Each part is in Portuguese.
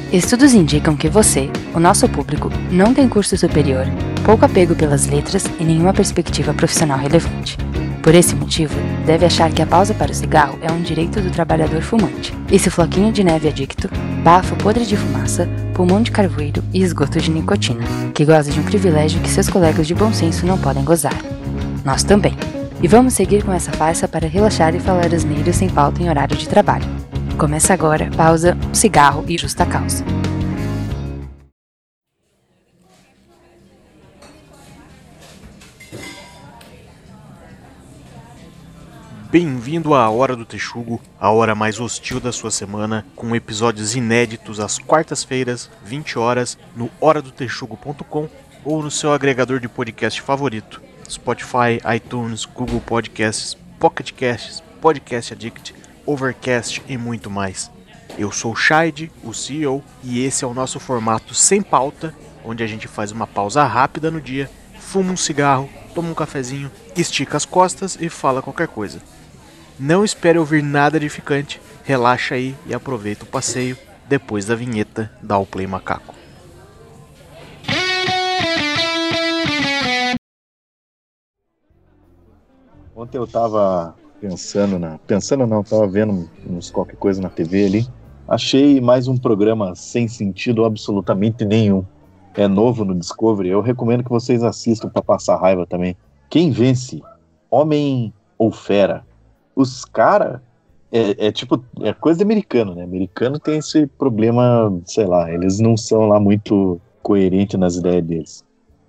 Estudos indicam que você, o nosso público, não tem curso superior, pouco apego pelas letras e nenhuma perspectiva profissional relevante. Por esse motivo, deve achar que a pausa para o cigarro é um direito do trabalhador fumante. Esse floquinho de neve adicto, bafo podre de fumaça, pulmão de carvoeiro e esgoto de nicotina, que goza de um privilégio que seus colegas de bom senso não podem gozar. Nós também. E vamos seguir com essa farsa para relaxar e falar asneiras sem pauta em horário de trabalho. Começa agora, pausa, um cigarro e justa causa. Bem-vindo à Hora do Texugo, a hora mais hostil da sua semana, com episódios inéditos às quartas-feiras, 20 horas, no horadotexugo.com ou no seu agregador de podcast favorito, Spotify, iTunes, Google Podcasts, Pocket Casts, Podcast Addict, Overcast e muito mais. Eu sou o Shaid, o CEO, e esse é o nosso formato sem pauta, onde a gente faz uma pausa rápida no dia, fuma um cigarro, toma um cafezinho, estica as costas e fala qualquer coisa. Não espere ouvir nada edificante, relaxa aí e aproveita o passeio. Depois da vinheta, dá o play macaco. Ontem eu tava tava vendo qualquer coisa na TV ali. Achei mais um programa sem sentido absolutamente nenhum. É novo no Discovery, eu recomendo que vocês assistam pra passar raiva também. Quem vence? Homem ou fera? Os caras é coisa de americano, né? Americano tem esse problema, sei lá, eles não são lá muito coerentes nas ideias deles.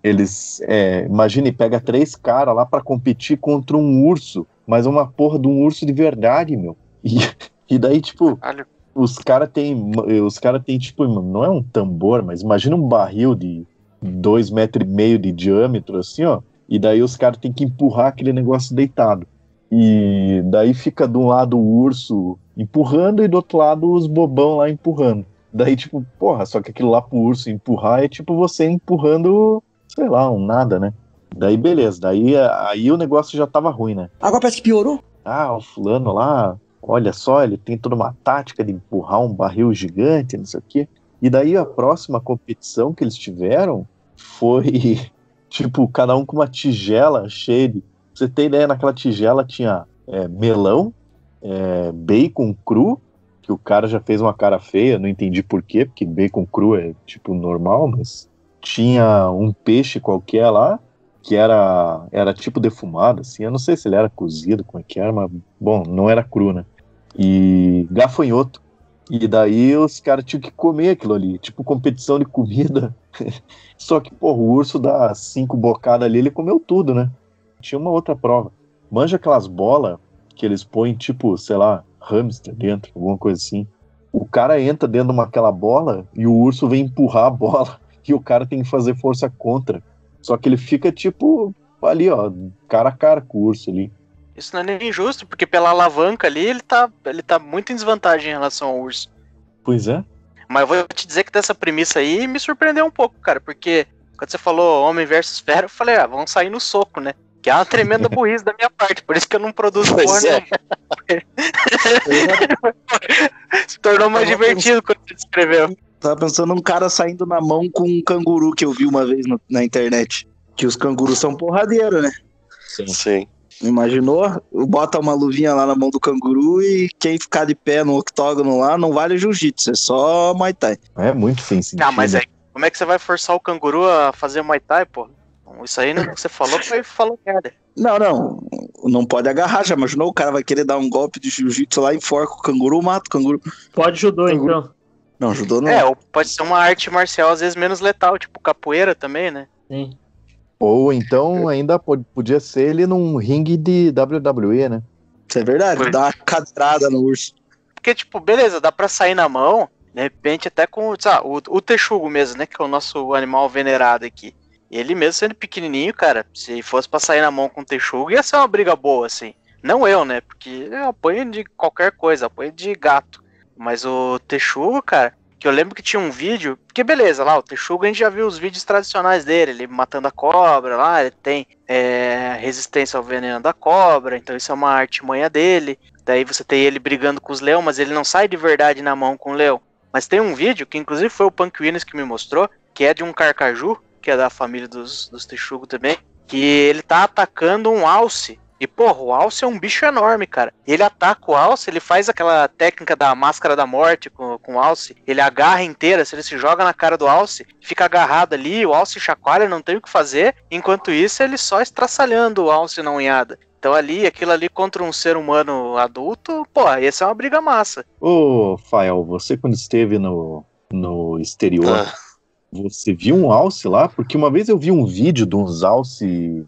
Imagine, pega 3 caras lá pra competir contra um urso, mas uma porra de um urso de verdade, meu. E daí, tipo, os caras tem, tipo, não é um tambor, mas imagina um barril de 2,5 metros de diâmetro, assim, ó, e daí os caras tem que empurrar aquele negócio deitado. E daí fica de um lado o urso empurrando e do outro lado os bobão lá empurrando. Daí, tipo, porra, só que aquilo lá pro urso empurrar é tipo você empurrando, sei lá, um nada, né? Daí beleza, aí o negócio já tava ruim, né? Agora parece que piorou. Ah, o fulano lá, olha só, ele tem toda uma tática de empurrar um barril gigante, não sei o quê. E daí a próxima competição que eles tiveram foi, tipo, cada um com uma tigela cheia de... Pra você ter ideia, naquela tigela tinha melão, bacon cru, que o cara já fez uma cara feia, não entendi por quê, porque bacon cru é, tipo, normal, mas tinha um peixe qualquer lá, que era tipo defumado, assim, eu não sei se ele era cozido, como é que era, mas, bom, não era cru, né? E gafanhoto. E daí os caras tinham que comer aquilo ali, tipo competição de comida. Só que, pô, o urso dá 5 bocadas ali, ele comeu tudo, né? Tinha uma outra prova. Manja aquelas bolas que eles põem, tipo, sei lá, hamster dentro, alguma coisa assim. O cara entra dentro de aquela bola e o urso vem empurrar a bola e o cara tem que fazer força contra. Só que ele fica, tipo, ali, ó, cara a cara com o urso ali. Isso não é nem justo, porque pela alavanca ali ele tá muito em desvantagem em relação ao urso. Pois é. Mas eu vou te dizer que dessa premissa aí me surpreendeu um pouco, cara, porque quando você falou homem versus fera, eu falei, vamos sair no soco, né? Que é uma tremenda burrice da minha parte, por isso que eu não produzo porra nenhuma. Se tornou mais divertido quando você descreveu. Tava pensando num cara saindo na mão com um canguru que eu vi uma vez na internet. Que os cangurus são porradeiros, né? Sim. Imaginou? Bota uma luvinha lá na mão do canguru e quem ficar de pé no octógono lá não vale jiu-jitsu, é só Muay Thai. É muito sem sentido. Ah, mas como é que você vai forçar o canguru a fazer Muay Thai, pô? Isso aí que você falou merda. Não pode agarrar, já imaginou? O cara vai querer dar um golpe de jiu-jitsu lá, enforca o canguru, mata o canguru. Pode judô, então. Não, judô não. Ou pode ser uma arte marcial às vezes menos letal, tipo capoeira também, né? Sim. Ou então ainda podia ser ele num ringue de WWE, né? Isso é verdade, dá uma cadeirada no urso. Porque, tipo, beleza, dá pra sair na mão, de repente até com o texugo mesmo, né? Que é o nosso animal venerado aqui. Ele mesmo sendo pequenininho, cara, se fosse pra sair na mão com o texugo, ia ser uma briga boa, assim. Não eu, né? Porque eu apanho de qualquer coisa, apanho de gato. Mas o texugo, cara, que eu lembro que tinha um vídeo, porque beleza, lá, o texugo a gente já viu os vídeos tradicionais dele, ele matando a cobra lá, ele tem resistência ao veneno da cobra, então isso é uma artimanha dele. Daí você tem ele brigando com os leões, mas ele não sai de verdade na mão com o leão. Mas tem um vídeo, que inclusive foi o Punk Winners que me mostrou, que é de um carcaju, que é da família dos texugos também, que ele tá atacando um alce. E, porra, o alce é um bicho enorme, cara. Ele ataca o alce, ele faz aquela técnica da máscara da morte com o alce. Ele agarra inteira, se ele se joga na cara do alce, fica agarrado ali, o alce chacoalha, não tem o que fazer. Enquanto isso, ele só estraçalhando o alce na unhada. Então aquilo ali contra um ser humano adulto, porra, essa é uma briga massa. Ô, Fael, você quando esteve no exterior, você viu um alce lá? Porque uma vez eu vi um vídeo dos alce,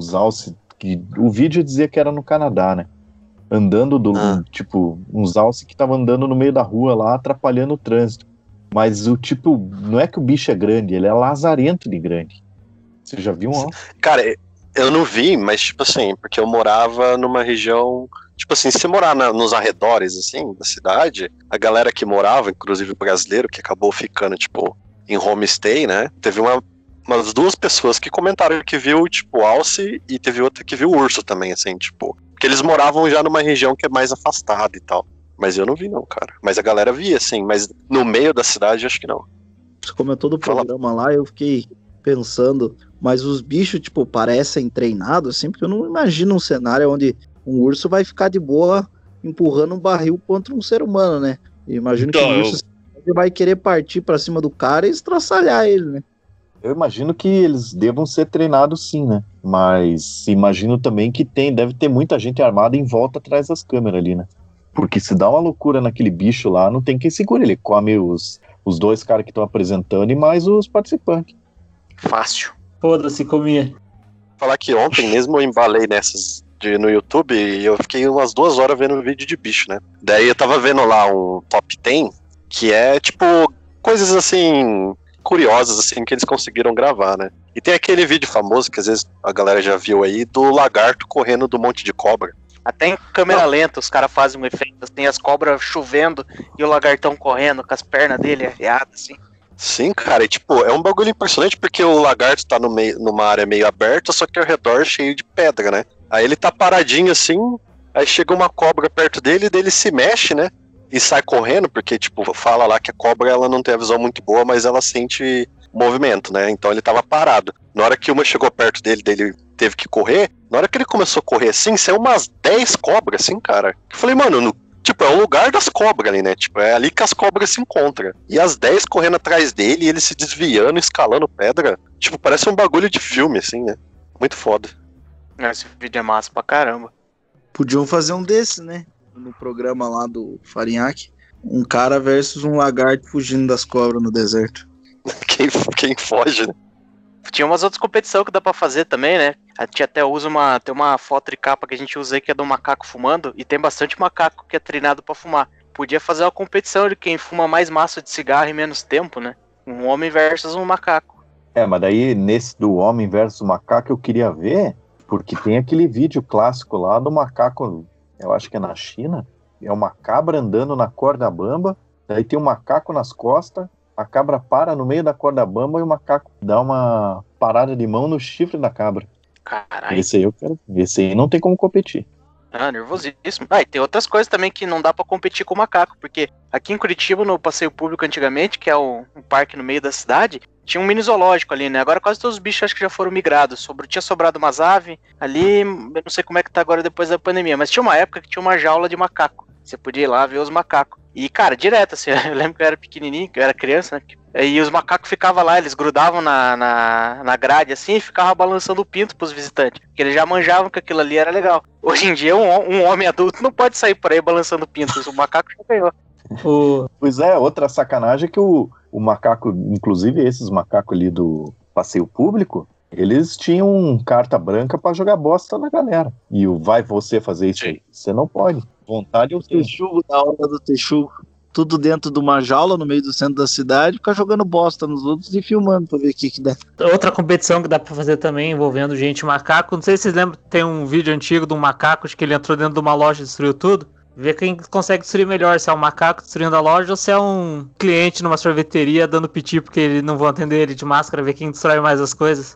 que o vídeo dizia que era no Canadá, né? Andando tipo, uns alce que estavam andando no meio da rua lá, atrapalhando o trânsito. Mas o tipo, não é que o bicho é grande, ele é lazarento de grande. Você já viu um alce? Cara, eu não vi, mas tipo assim, porque eu morava numa região, tipo assim, se você morar nos arredores, assim, da cidade, a galera que morava, inclusive o brasileiro, que acabou ficando, tipo, em homestay, né, teve umas 2 pessoas que comentaram que viu, tipo, alce, e teve outra que viu urso também, assim, tipo, porque eles moravam já numa região que é mais afastada e tal. Mas eu não vi não, cara. Mas a galera via, assim, mas no meio da cidade, acho que não. Você comentou do programa lá, eu fiquei pensando, mas os bichos, tipo, parecem treinados, assim, porque eu não imagino um cenário onde um urso vai ficar de boa empurrando um barril contra um ser humano, né? Eu imagino que o urso vai querer partir pra cima do cara e estraçalhar ele, né? Eu imagino que eles devam ser treinados sim, né? Mas imagino também que deve ter muita gente armada em volta atrás das câmeras ali, né? Porque se dá uma loucura naquele bicho lá, não tem quem segure. Ele come os 2 caras que estão apresentando e mais os participantes. Fácil. Foda-se, comia. Falar que ontem mesmo eu embalei nessas no YouTube e eu fiquei umas 2 horas vendo vídeo de bicho, né? Daí eu tava vendo lá um top 10, que é tipo coisas assim curiosas assim que eles conseguiram gravar, né? E tem aquele vídeo famoso que às vezes a galera já viu aí do lagarto correndo do monte de cobra. Até em câmera lenta os caras fazem um efeito, assim, as cobras chovendo e o lagartão correndo com as pernas dele arreadas, assim. Sim, cara, e tipo, é um bagulho impressionante porque o lagarto tá numa área meio aberta, só que ao redor cheio de pedra, né? Aí ele tá paradinho assim, aí chega uma cobra perto dele e ele se mexe, né? E sai correndo, porque, tipo, fala lá que a cobra ela não tem a visão muito boa, mas ela sente movimento, né? Então ele tava parado. Na hora que uma chegou perto dele teve que correr, na hora que ele começou a correr assim, saiu umas 10 cobras, assim, cara. Eu falei, mano, tipo, é o lugar das cobras ali, né? Tipo, é ali que as cobras se encontram. E as 10 correndo atrás dele, e ele se desviando, escalando pedra. Tipo, parece um bagulho de filme, assim, né? Muito foda. Esse vídeo é massa pra caramba. Podiam fazer um desse, né? No programa lá do Farinhaque. Um cara versus um lagarto fugindo das cobras no deserto. Quem foge, né? Tinha umas outras competições que dá pra fazer também, né? A gente até usa tem uma foto de capa que a gente usa aí que é do macaco fumando, e tem bastante macaco que é treinado pra fumar. Podia fazer uma competição de quem fuma mais massa de cigarro em menos tempo, né? Um homem versus um macaco. Mas daí nesse do homem versus macaco eu queria ver, porque tem aquele vídeo clássico lá do macaco, eu acho que é na China, é uma cabra andando na corda bamba, daí tem um macaco nas costas, a cabra para no meio da corda bamba e o macaco dá uma parada de mão no chifre da cabra. Caralho. Esse aí eu quero ver. Esse aí não tem como competir. Nervosíssimo. E tem outras coisas também que não dá pra competir com o macaco, porque aqui em Curitiba, no passeio público antigamente, que é um parque no meio da cidade, tinha um mini zoológico ali, né? Agora quase todos os bichos acho que já foram migrados. Tinha sobrado umas aves ali, eu não sei como é que tá agora depois da pandemia, mas tinha uma época que tinha uma jaula de macaco. Você podia ir lá ver os macacos. E, cara, direto, assim, eu lembro que eu era pequenininho, que eu era criança, né? E os macacos ficavam lá, eles grudavam na grade, assim, e ficavam balançando o pinto pros visitantes. Porque eles já manjavam que aquilo ali era legal. Hoje em dia, um homem adulto não pode sair por aí balançando pintos. O macaco já ganhou. Pois é, outra sacanagem é que o macaco, inclusive esses macacos ali do passeio público, eles tinham carta branca pra jogar bosta na galera. E vai você fazer isso aí? Você não pode. Vontade eu tenho. Texugo, da hora do texugo. Tudo dentro de uma jaula no meio do centro da cidade, ficar jogando bosta nos outros e filmando pra ver o que dá. Outra competição que dá pra fazer também envolvendo gente macaco. Não sei se vocês lembram, tem um vídeo antigo de um macaco de que ele entrou dentro de uma loja e destruiu tudo. Ver quem consegue destruir melhor, se é um macaco destruindo a loja ou se é um cliente numa sorveteria dando piti porque eles não vão atender ele de máscara, ver quem destrói mais as coisas.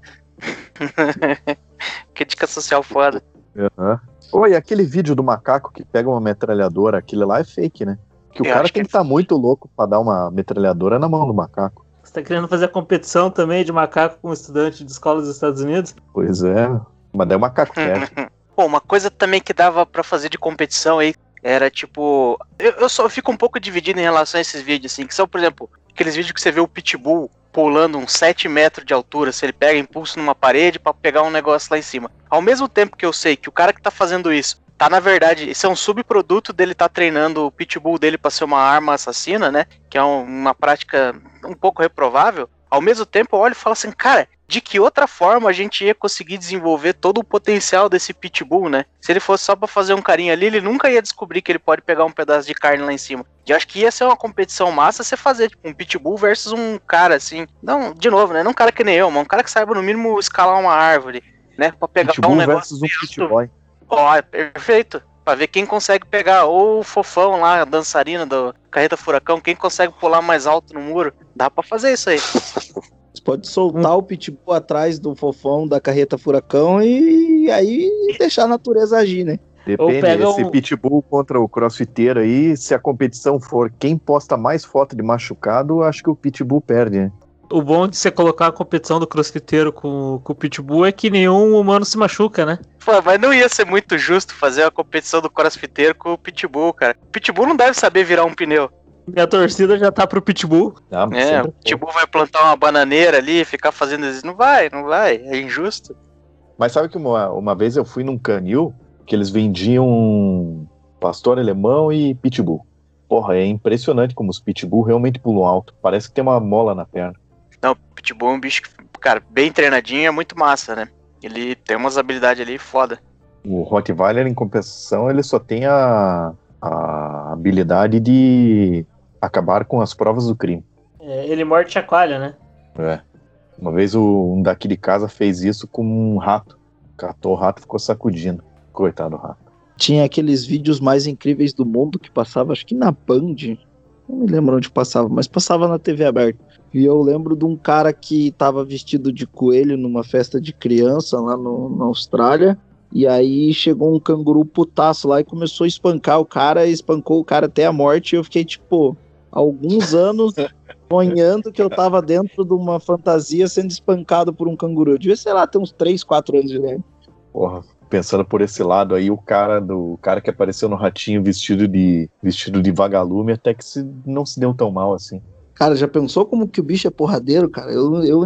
Crítica social foda. Oi, aquele vídeo do macaco que pega uma metralhadora, aquele lá é fake, né? Que o Eu cara acho tem que que estar muito louco pra dar uma metralhadora na mão do macaco. Você tá querendo fazer a competição também de macaco com estudante de escola dos Estados Unidos? Pois é, mas daí o macaco perde. Pô, uma coisa também que dava pra fazer de competição aí era tipo. Eu só fico um pouco dividido em relação a esses vídeos, assim, que são, por exemplo, aqueles vídeos que você vê o Pitbull pulando uns 7 metros de altura, se ele pega impulso numa parede pra pegar um negócio lá em cima. Ao mesmo tempo que eu sei que o cara que tá fazendo isso tá, na verdade, isso é um subproduto dele tá treinando o Pitbull dele pra ser uma arma assassina, né? Que é uma prática um pouco reprovável. Ao mesmo tempo eu olho e falo assim, cara, de que outra forma a gente ia conseguir desenvolver todo o potencial desse Pitbull, né? Se ele fosse só pra fazer um carinho ali, ele nunca ia descobrir que ele pode pegar um pedaço de carne lá em cima. E eu acho que ia ser uma competição massa você fazer, tipo, um Pitbull versus um cara assim. Não, de novo, né? Não um cara que nem eu, mas um cara que saiba no mínimo escalar uma árvore, né? Pra pegar Pitbull um negócio. versus um pitboy. Ó, é perfeito. Pra ver quem consegue pegar, ou o fofão lá, a dançarina do Carreta Furacão, quem consegue pular mais alto no muro. Dá pra fazer isso aí. Você pode soltar o pitbull atrás do fofão da Carreta Furacão e aí deixar a natureza agir, né? Depende, pega esse pitbull contra o crossfiteiro aí, se a competição for quem posta mais foto de machucado, acho que o pitbull perde, né? O bom de você colocar a competição do crossfiteiro com o Pitbull é que nenhum humano se machuca, né? Pô, mas não ia ser muito justo fazer a competição do crossfiteiro com o Pitbull, cara. O Pitbull não deve saber virar um pneu. Minha torcida já tá pro Pitbull. Ah, mas É, sempre o Pitbull vai plantar uma bananeira ali, ficar fazendo isso. Não vai, é injusto. Mas sabe que uma vez eu fui num canil que eles vendiam pastor alemão e pitbull. Porra, é impressionante como os pitbull realmente pulam alto. Parece que tem uma mola na perna. Não, o Pitbull é um bicho que, cara, bem treinadinho, é muito massa, né? Ele tem umas habilidades ali foda. O Rottweiler, em compensação, ele só tem a habilidade de acabar com as provas do crime. É, ele morde chacoalha, né? É. Uma vez um daqui de casa fez isso com um rato. Catou o rato e ficou sacudindo. Coitado do rato. Tinha aqueles vídeos mais incríveis do mundo que passava, acho que na Band. Não me lembro onde passava, mas passava na TV aberta. E eu lembro de um cara que tava vestido de coelho numa festa de criança lá na Austrália. E aí chegou um canguru putaço lá e começou a espancar o cara, e espancou o cara até a morte. E eu fiquei, tipo, alguns anos sonhando que eu tava dentro de uma fantasia sendo espancado por um canguru. Eu devia, sei lá, ter uns 3, 4 anos de idade. Porra, pensando por esse lado aí, o cara que apareceu no Ratinho vestido de vagalume até que não se deu tão mal assim. Cara, já pensou como que o bicho é porradeiro, cara? Eu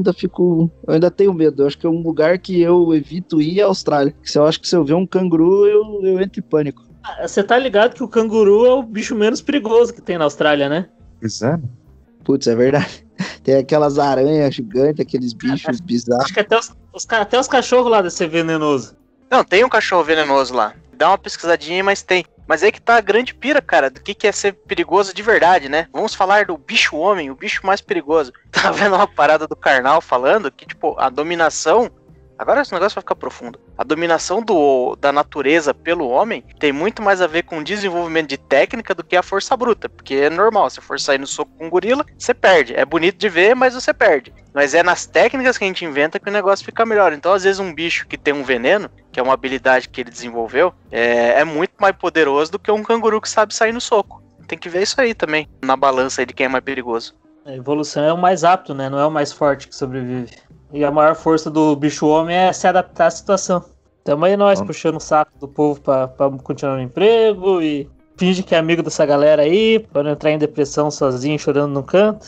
ainda tenho medo. Eu acho que é um lugar que eu evito ir, é a Austrália. Eu acho que se eu ver um canguru, eu entro em pânico. Você tá ligado que o canguru é o bicho menos perigoso que tem na Austrália, né? Pois é. Putz, é verdade. Tem aquelas aranhas gigantes, aqueles bichos bizarros. Acho que até os cachorros lá devem ser venenoso. Não, tem um cachorro venenoso lá. Dá uma pesquisadinha, mas tem. Mas aí que tá a grande pira, cara, do que é ser perigoso de verdade, né? Vamos falar do bicho homem, o bicho mais perigoso. Tá vendo uma parada do Karnal falando que, tipo, a dominação... Agora esse negócio vai ficar profundo. A dominação da natureza pelo homem tem muito mais a ver com o desenvolvimento de técnica do que a força bruta. Porque é normal, se for sair no soco com um gorila, você perde. É bonito de ver, mas você perde. Mas é nas técnicas que a gente inventa que o negócio fica melhor. Então, às vezes, um bicho que tem um veneno, que é uma habilidade que ele desenvolveu, é muito mais poderoso do que um canguru que sabe sair no soco. Tem que ver isso aí também, na balança aí de quem é mais perigoso. A evolução é o mais apto, né? Não é o mais forte que sobrevive. E a maior força do bicho homem é se adaptar à situação. Tamo aí nós puxando o saco do povo pra continuar no emprego e finge que é amigo dessa galera aí, pra não entrar em depressão sozinho, chorando no canto.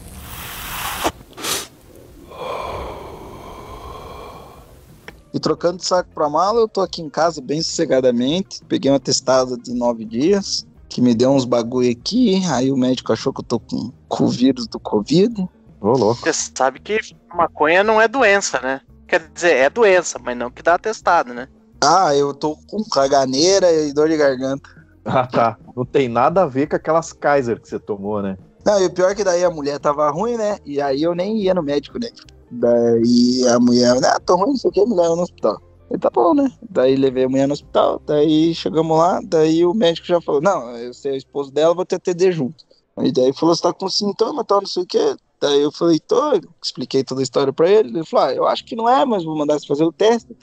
E trocando de saco pra mala, eu tô aqui em casa bem sossegadamente. Peguei uma testada de 9 dias, que me deu uns bagulho aqui. Aí o médico achou que eu tô com o vírus do Covid. Ô, louco. Você sabe que maconha não é doença, né? Quer dizer, é doença, mas não que dá atestado, né? Ah, eu tô com caganeira e dor de garganta. Ah, tá. Não tem nada a ver com aquelas Kaiser que você tomou, né? Não, e o pior é que daí a mulher tava ruim, né? E aí eu nem ia no médico, né? Daí a mulher, tô ruim, não sei o que, me leva no hospital. Aí tá bom, né? Daí levei a mulher no hospital, daí chegamos lá, daí o médico já falou, não, eu ser o esposo dela, vou ter TD junto. Aí daí falou, você tá com sintoma, tal, não sei o que. Daí eu falei, expliquei toda a história pra ele. Ele falou, eu acho que não é, mas vou mandar você fazer o teste e tal.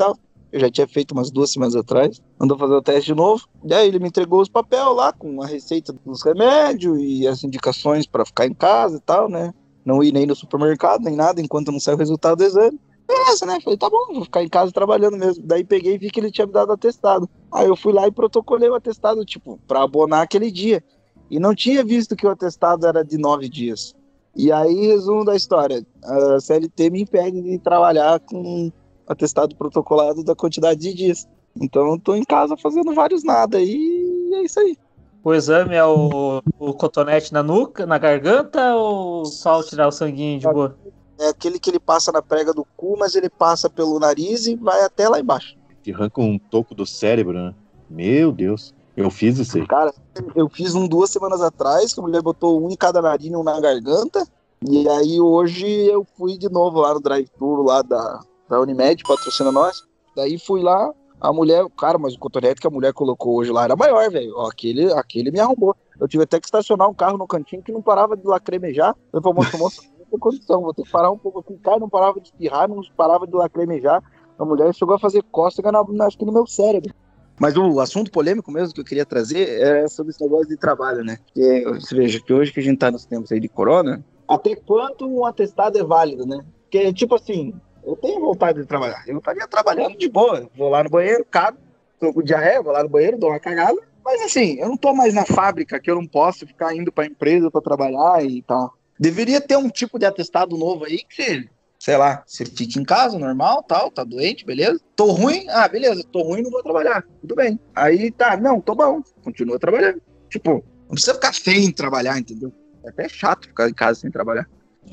Eu já tinha feito umas 2 semanas atrás. Mandou fazer o teste de novo. E aí ele me entregou os papéis lá com a receita dos remédios e as indicações pra ficar em casa e tal, né? Não ir nem no supermercado, nem nada, enquanto não sai o resultado do exame. Beleza, né? Falei, tá bom, vou ficar em casa trabalhando mesmo. Daí peguei e vi que ele tinha me dado atestado. Aí eu fui lá e protocolei o atestado, tipo, pra abonar aquele dia. E não tinha visto que o atestado era de 9 dias. E aí, resumo da história. A CLT me impede de trabalhar com atestado protocolado da quantidade de dias. Então eu tô em casa fazendo vários nada e é isso aí. O exame é o cotonete na nuca, na garganta ou só tirar o sanguinho de boa? É aquele que ele passa na prega do cu, mas ele passa pelo nariz e vai até lá embaixo. Que arranca um toco do cérebro, né? Meu Deus. Eu fiz isso aí. Cara, eu fiz 2 semanas atrás, que a mulher botou um em cada nariz e um na garganta. E aí hoje eu fui de novo lá no drive-thru lá da Unimed, patrocina nós. Daí fui lá, a mulher, cara, mas o cotonete que a mulher colocou hoje lá era maior, velho. Aquele me arrombou. Eu tive até que estacionar um carro no cantinho que não parava de lacrimejar. Eu falei, moço, não tem condição, vou ter que parar um pouco aqui. O cara não parava de espirrar, não parava de lacrimejar. A mulher chegou a fazer cócega, acho que no meu cérebro. Mas o assunto polêmico mesmo que eu queria trazer é sobre esse negócio de trabalho, né? Porque você veja que hoje que a gente tá nos tempos aí de corona, até quanto um atestado é válido, né? Porque, tipo assim, eu tenho vontade de trabalhar. Eu estaria trabalhando de boa. Vou lá no banheiro, cago, tô com diarreia, vou lá no banheiro, dou uma cagada. Mas assim, eu não tô mais na fábrica, que eu não posso ficar indo pra empresa pra trabalhar e tal. Deveria ter um tipo de atestado novo aí que, sei lá, você fica em casa, normal, tal, tá doente, beleza? Tô ruim, beleza, tô ruim, não vou trabalhar, tudo bem. Aí tá, não, tô bom, continua trabalhando. Tipo, não precisa ficar feio em trabalhar, entendeu? É até chato ficar em casa sem trabalhar.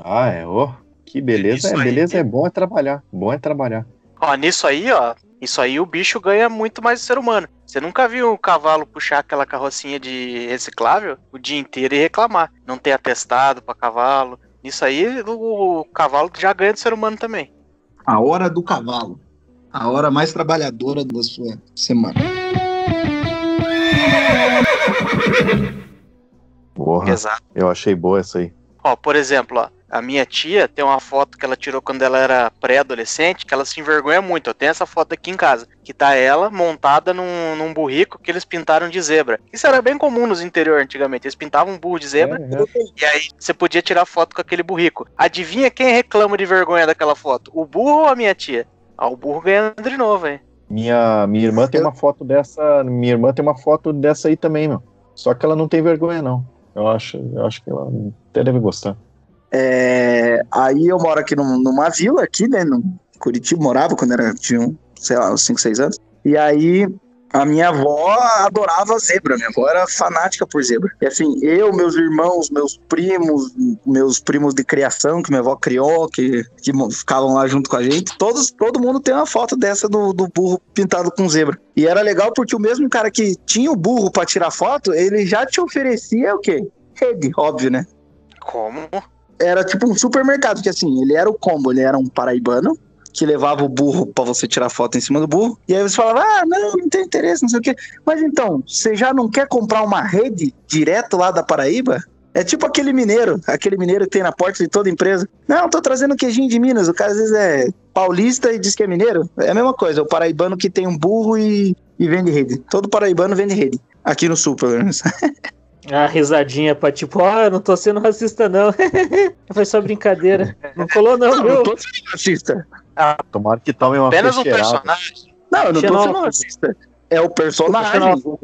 Que beleza, Isso aí. beleza, é bom trabalhar, Ó, nisso aí, isso aí o bicho ganha muito mais do ser humano. Você nunca viu um cavalo puxar aquela carrocinha de reciclável o dia inteiro e reclamar? Não ter atestado pra cavalo. Isso aí, o cavalo já ganha do ser humano também. A hora do cavalo. A hora mais trabalhadora da sua semana. Porra, Exato. eu achei boa essa aí. Ó, por exemplo, a minha tia tem uma foto que ela tirou quando ela era pré-adolescente, que ela se envergonha muito. Eu tenho essa foto aqui em casa, que tá ela montada num burrico que eles pintaram de zebra. Isso era bem comum nos interior antigamente, eles pintavam um burro de zebra, e aí você podia tirar foto com aquele burrico. Adivinha quem reclama de vergonha daquela foto? O burro ou a minha tia? O burro ganhando de novo, hein? Minha irmã tem uma foto dessa. Minha irmã tem uma foto dessa aí também, meu. Só que ela não tem vergonha, não. Eu acho que ela até deve gostar. Aí eu moro aqui numa vila, aqui, né? No Curitiba, morava quando tinha, sei lá, uns 5, 6 anos. E aí a minha avó adorava zebra. Minha avó era fanática por zebra. E assim, eu, meus irmãos, meus primos de criação, que minha avó criou, que ficavam lá junto com a gente, todo mundo tem uma foto dessa do burro pintado com zebra. E era legal porque o mesmo cara que tinha o burro pra tirar foto, ele já te oferecia o quê? Rede, óbvio, né? Como? Era tipo um supermercado, que assim, ele era o combo, ele era um paraibano, que levava o burro pra você tirar foto em cima do burro, e aí você falava, não tem interesse, não sei o quê. Mas então, você já não quer comprar uma rede direto lá da Paraíba? É tipo aquele mineiro que tem na porta de toda empresa. Não, tô trazendo queijinho de Minas, o cara às vezes é paulista e diz que é mineiro. É a mesma coisa, o paraibano que tem um burro e vende rede. Todo paraibano vende rede, aqui no sul, pelo menos. A risadinha pra tipo, eu não tô sendo racista não. Foi só brincadeira. Não colou não, Não tô sendo racista. Tomara que tome uma Apenas um fechada. personagem. Não, eu não tô sendo Xenófobo. racista. É o personagem.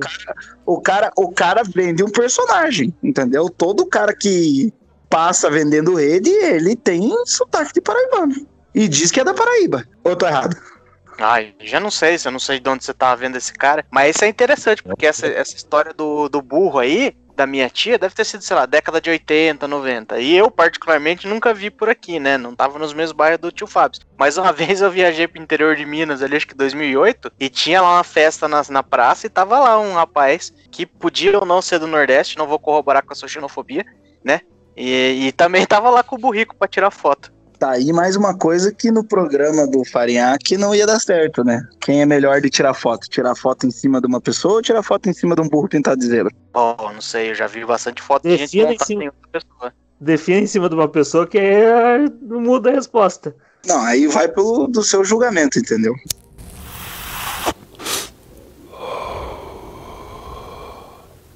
O cara vende um personagem, entendeu? Todo cara que passa vendendo rede, ele tem sotaque de paraibano. E diz que é da Paraíba. Ou eu tô errado? Já não sei, eu não sei de onde você tava vendo esse cara, mas isso é interessante, porque essa história do burro aí, da minha tia, deve ter sido, sei lá, década de 80, 90. E eu, particularmente, nunca vi por aqui, né? Não tava nos mesmos bairros do tio Fábio. Mas uma vez eu viajei pro interior de Minas, ali, acho que 2008, e tinha lá uma festa na praça, e tava lá um rapaz que podia ou não ser do Nordeste, não vou corroborar com a sua xenofobia, né? E também tava lá com o burrico pra tirar foto. Tá aí mais uma coisa que no programa do Farinhaque não ia dar certo, né? Quem é melhor de tirar foto? Tirar foto em cima de uma pessoa ou tirar foto em cima de um burro pintado de zebra? Não sei, eu já vi bastante foto de gente montada em outra pessoa. Defina em cima de uma pessoa que não muda a resposta. Não, aí vai do seu julgamento, entendeu?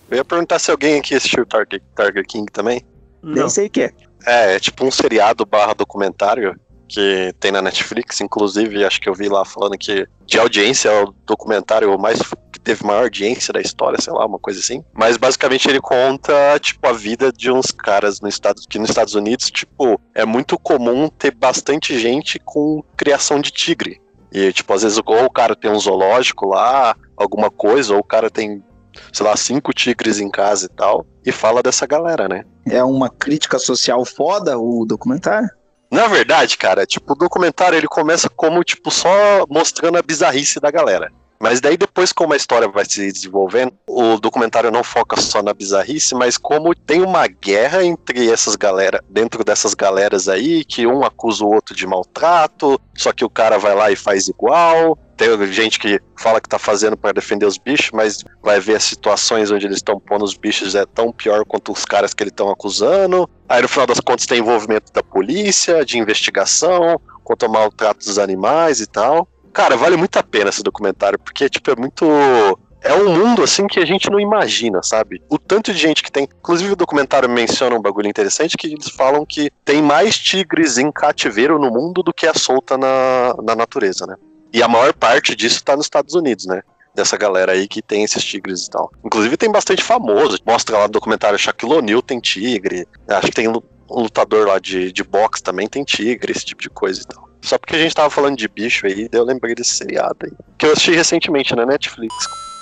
Eu ia perguntar se alguém aqui assistiu Tiger King também. Nem sei o que é. É tipo um seriado / documentário que tem na Netflix, inclusive acho que eu vi lá falando que de audiência é o documentário que teve maior audiência da história, sei lá, uma coisa assim. Mas basicamente ele conta, tipo, a vida de uns caras que nos Estados Unidos, tipo, é muito comum ter bastante gente com criação de tigre. E, tipo, às vezes ou o cara tem um zoológico lá, alguma coisa, ou o cara tem, sei lá, 5 tigres em casa e tal, e fala dessa galera, né? É uma crítica social foda o documentário? Na verdade, cara, tipo, o documentário ele começa como, tipo, só mostrando a bizarrice da galera. Mas daí depois, como a história vai se desenvolvendo, o documentário não foca só na bizarrice, mas como tem uma guerra entre essas galera, dentro dessas galeras aí, que um acusa o outro de maltrato, só que o cara vai lá e faz igual. Tem gente que fala que tá fazendo para defender os bichos, mas vai ver as situações onde eles estão pondo os bichos é tão pior quanto os caras que eles estão acusando. Aí no final das contas tem envolvimento da polícia, de investigação, quanto ao maltrato dos animais e tal. Cara, vale muito a pena esse documentário, porque, tipo, é muito... É um mundo, assim, que a gente não imagina, sabe? O tanto de gente que tem... Inclusive, o documentário menciona um bagulho interessante, que eles falam que tem mais tigres em cativeiro no mundo do que a solta na natureza, né? E a maior parte disso tá nos Estados Unidos, né? Dessa galera aí que tem esses tigres e tal. Inclusive, tem bastante famoso. Mostra lá no documentário, Shaquille O'Neal tem tigre. Acho que tem um lutador lá de boxe também tem tigre, esse tipo de coisa e tal. Só porque a gente tava falando de bicho aí, daí eu lembrei desse seriado aí. Que eu assisti recentemente na Netflix.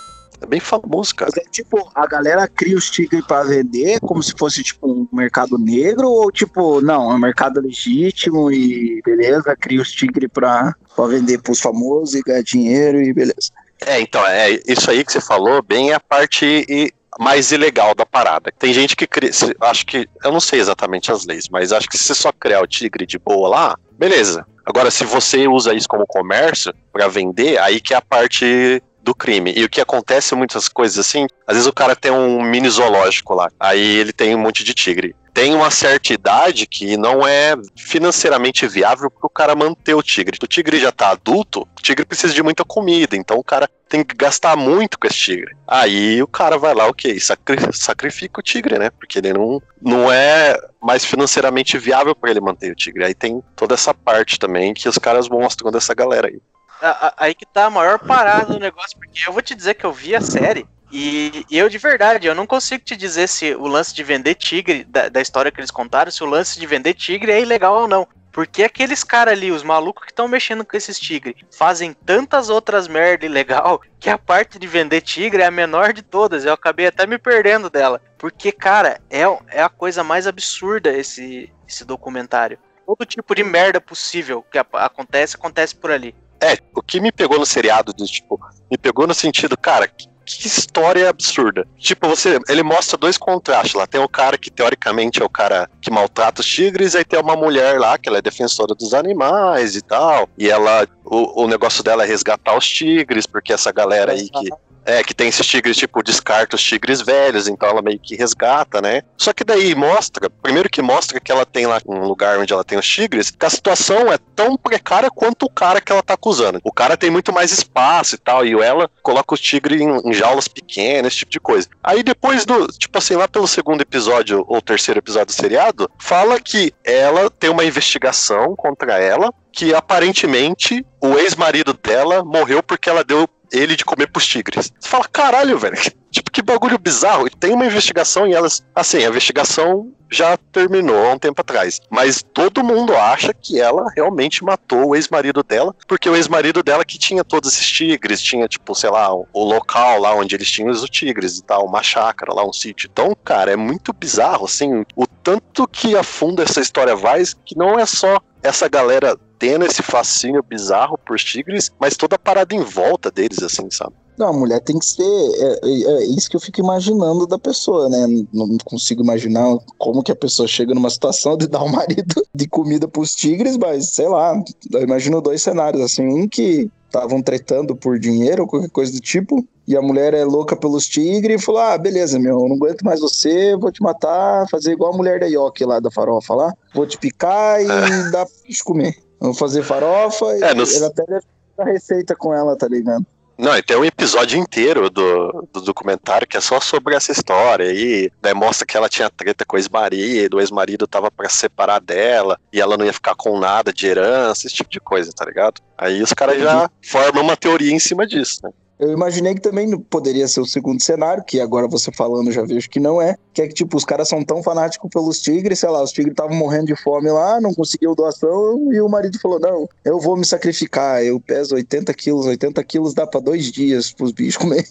É bem famoso, cara. É, tipo, a galera cria os tigres pra vender como se fosse, tipo, um mercado negro? Ou, tipo, não, é um mercado legítimo e beleza, cria os tigres pra vender pros famosos e ganhar dinheiro e beleza. Então, isso aí que você falou, bem é a parte mais ilegal da parada. Tem gente que cria, acho que, eu não sei exatamente as leis, mas acho que se você só criar o tigre de boa lá, beleza. Agora, se você usa isso como comércio pra vender, aí que é a parte do crime. E o que acontece muitas coisas assim, às vezes o cara tem um mini zoológico lá, aí ele tem um monte de tigre. Tem uma certa idade que não é financeiramente viável pro cara manter o tigre. O tigre já tá adulto, o tigre precisa de muita comida, então o cara tem que gastar muito com esse tigre. Aí o cara vai lá, sacrifica o tigre, né? Porque ele não é mais financeiramente viável para ele manter o tigre. Aí tem toda essa parte também que os caras mostram dessa galera aí. Aí que tá a maior parada do negócio, porque eu vou te dizer que eu vi a série e eu de verdade, eu não consigo te dizer se o lance de vender tigre, da história que eles contaram, se o lance de vender tigre é ilegal ou não. Porque aqueles caras ali, os malucos que estão mexendo com esses tigres, fazem tantas outras merda ilegal que a parte de vender tigre é a menor de todas. Eu acabei até me perdendo dela. Porque, cara, é a coisa mais absurda esse documentário. Todo tipo de merda possível que acontece por ali. O que me pegou no seriado, me pegou no sentido, cara, que história absurda. Tipo, ele mostra 2 contrastes lá. Tem o cara que, teoricamente, é o cara que maltrata os tigres, aí tem uma mulher lá, que ela é defensora dos animais e tal, e ela, o negócio dela é resgatar os tigres, porque essa galera aí que tem esses tigres, tipo, descarta os tigres velhos, então ela meio que resgata, né? Só que daí primeiro que mostra que ela tem lá um lugar onde ela tem os tigres, que a situação é tão precária quanto o cara que ela tá acusando. O cara tem muito mais espaço e tal, e ela coloca os tigres em jaulas pequenas, esse tipo de coisa. Aí depois tipo assim, lá pelo 2º episódio ou 3º episódio do seriado, fala que ela tem uma investigação contra ela, que aparentemente o ex-marido dela morreu porque ela deu ele de comer pros tigres. Você fala, caralho, velho, tipo, que bagulho bizarro. Tem uma investigação e elas, assim, a investigação já terminou há um tempo atrás, mas todo mundo acha que ela realmente matou o ex-marido dela, porque o ex-marido dela que tinha todos esses tigres, tinha, tipo, sei lá, o local lá onde eles tinham os tigres e tal, uma chácara lá, um sítio. Então, cara, é muito bizarro, assim, o tanto que a fundo essa história vai, que não é só essa galera tendo esse fascínio bizarro por tigres, mas toda a parada em volta deles, assim, sabe? Não, a mulher tem que ser... É isso que eu fico imaginando da pessoa, né? Não consigo imaginar como que a pessoa chega numa situação de dar um marido de comida pros tigres, mas, sei lá, eu imagino 2 cenários, assim, um que estavam tretando por dinheiro ou qualquer coisa do tipo, e a mulher é louca pelos tigres e falou, beleza, eu não aguento mais você, vou te matar, fazer igual a mulher da Yoki lá, da farofa lá, vou te picar e dar pra te comer. Vou fazer farofa e ele até deve dar receita com ela, tá ligado? Não, e tem um episódio inteiro do documentário que é só sobre essa história aí, daí mostra que ela tinha treta com o ex-marido, o ex-marido tava pra se separar dela, e ela não ia ficar com nada de herança, esse tipo de coisa, tá ligado? Aí os caras já formam uma teoria em cima disso, né? Eu imaginei que também poderia ser o segundo cenário, que agora você falando já vejo que não é, que é que tipo, os caras são tão fanáticos pelos tigres, sei lá, os tigres estavam morrendo de fome lá, não conseguiu doação, e o marido falou, não, eu vou me sacrificar, eu peso 80 quilos dá pra 2 dias pros bichos comer.